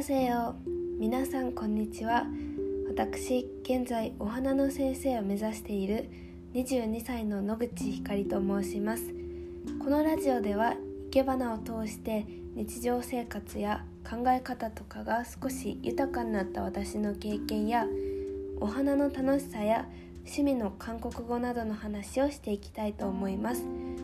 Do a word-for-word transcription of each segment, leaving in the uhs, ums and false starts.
せよ。皆さんこんにちは。私、現在お花の先生を目指しているにじゅうにさいの野口ひかりと申します。このラジオでは生け花を通して日常生活や考え方とかが少し豊かになった私の経験やお花の楽しさや趣味の韓国語などの話をしていきたいと思います。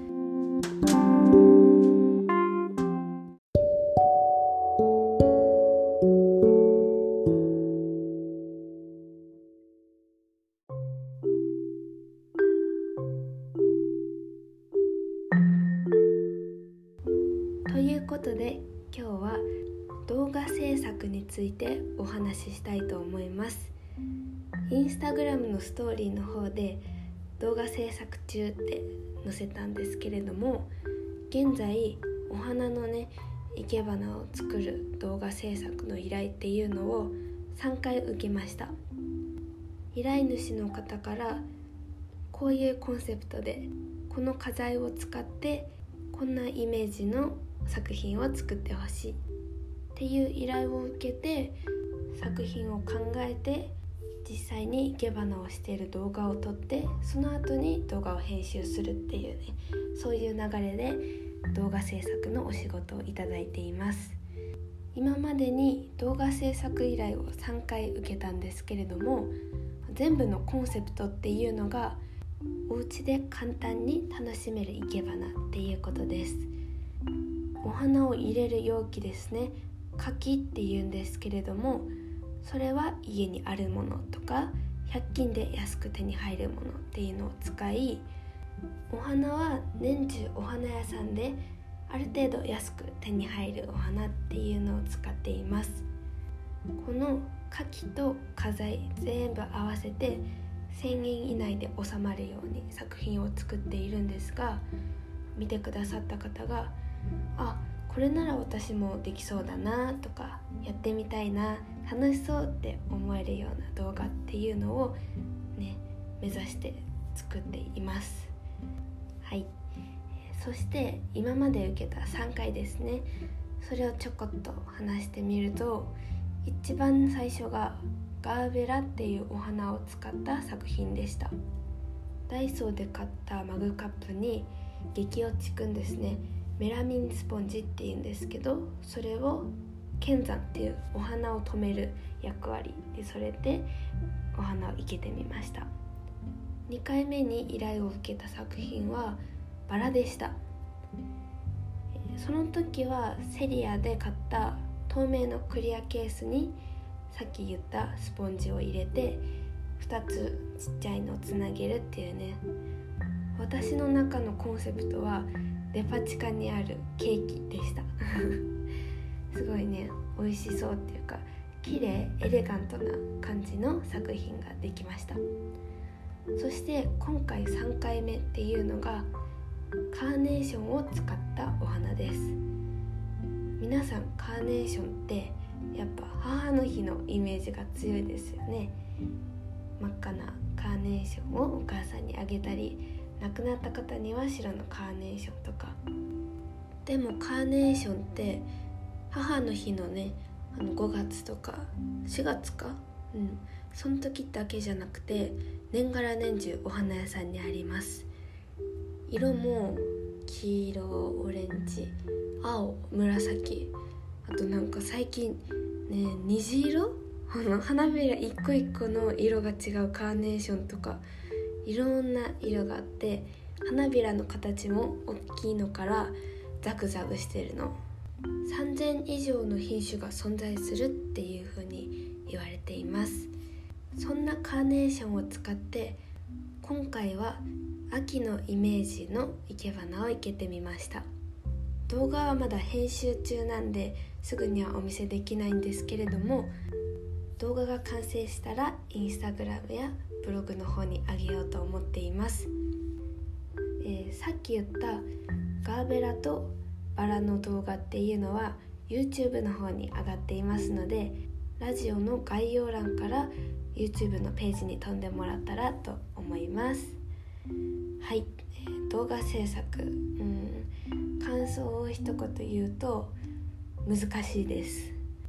ということで今日は動画制作についてお話ししたいと思います。インスタグラムのストーリーの方で動画制作中って載せたんですけれども、現在お花のね生け花を作る動画制作の依頼っていうのをさんかい受けました。依頼主の方からこういうコンセプトでこの花材を使ってこんなイメージの作品を作ってほしいっていう依頼を受けて作品を考えて実際に生け花をしている動画を撮ってその後に動画を編集するっていうね、そういう流れで動画制作のお仕事をいただいています。今までに動画制作依頼をさんかい受けたんですけれども、全部のコンセプトっていうのがお家で簡単に楽しめる生け花っていうことです。お花を入れる容器ですね、柿っていうんですけれども、それは家にあるものとかひゃく均で安く手に入るものっていうのを使い、お花は年中お花屋さんである程度安く手に入るお花っていうのを使っています。この柿と花材全部合わせてせんえん以内で収まるように作品を作っているんですが、見てくださった方があ、これなら私もできそうだなとかやってみたいな、楽しそうって思えるような動画っていうのをね目指して作っています。はい、そして今まで受けたさんかいですね、それをちょこっと話してみると、一番最初がガーベラっていうお花を使った作品でした。ダイソーで買ったマグカップに激落ちくんですね、メラミンスポンジっていうんですけど、それを剣山っていうお花を止める役割で、それでお花を生けてみました。にかいめに依頼を受けた作品はバラでした。その時はセリアで買った透明のクリアケースにさっき言ったスポンジを入れてふたつちっちゃいのをつなげるっていうね、私の中のコンセプトはデパ地下にあるケーキでしたすごいね美味しそうっていうか綺麗エレガントな感じの作品ができました。そして今回さんかいめっていうのがカーネーションを使ったお花です。皆さんカーネーションってやっぱ母の日のイメージが強いですよね。真っ赤なカーネーションをお母さんにあげたり、亡くなった方には白のカーネーションとか。でもカーネーションって母の日のねあのごがつとかしがつか、うん、その時だけじゃなくて年がら年中お花屋さんにあります。色も黄色、オレンジ、青、紫、あとなんか最近ね虹色花びら一個一個の色が違うカーネーションとかいろんな色があって、花びらの形も大きいのからザクザクしてるのさんぜん以上の品種が存在するっていう風に言われています。そんなカーネーションを使って今回は秋のイメージの生け花を生けてみました。動画はまだ編集中なんですぐにはお見せできないんですけれども、動画が完成したらインスタグラムやブログの方に上げようと思っています。えー、さっき言ったガーベラとバラの動画っていうのは YouTube の方に上がっていますので、ラジオの概要欄から YouTube のページに飛んでもらったらと思います。はい、えー、動画制作、うん、感想を一言言うと難しいです。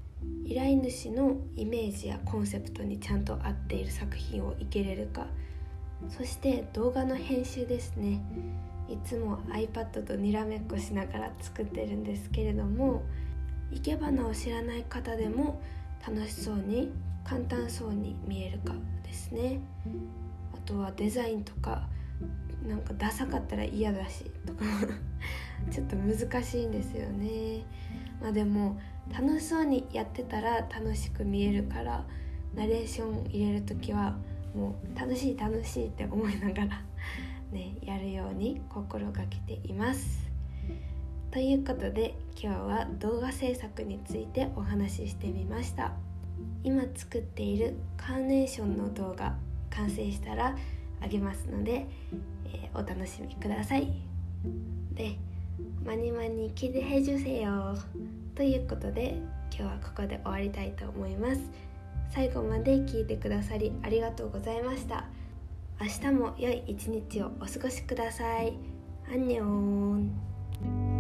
依頼主のイメージやコンセプトにちゃんと合っている作品を生けれるか、そして動画の編集ですね。いつも iPad とにらめっこしながら作ってるんですけれども、生け花を知らない方でも楽しそうに簡単そうに見えるかですね。あとはデザインとか、なんかダサかったら嫌だしとかちょっと難しいんですよね。まあでも楽しそうにやってたら楽しく見えるから、ナレーション入れるときはもう楽しい楽しいって思いながらね、やるように心がけています。ということで今日は動画制作についてお話ししてみました。今作っているカーネーションの動画完成したらあげますので、えー、お楽しみください。で、マニマニ기대해주세요ということで今日はここで終わりたいと思います。最後まで聞いてくださりありがとうございました。明日も良い一日をお過ごしください。アンニョン。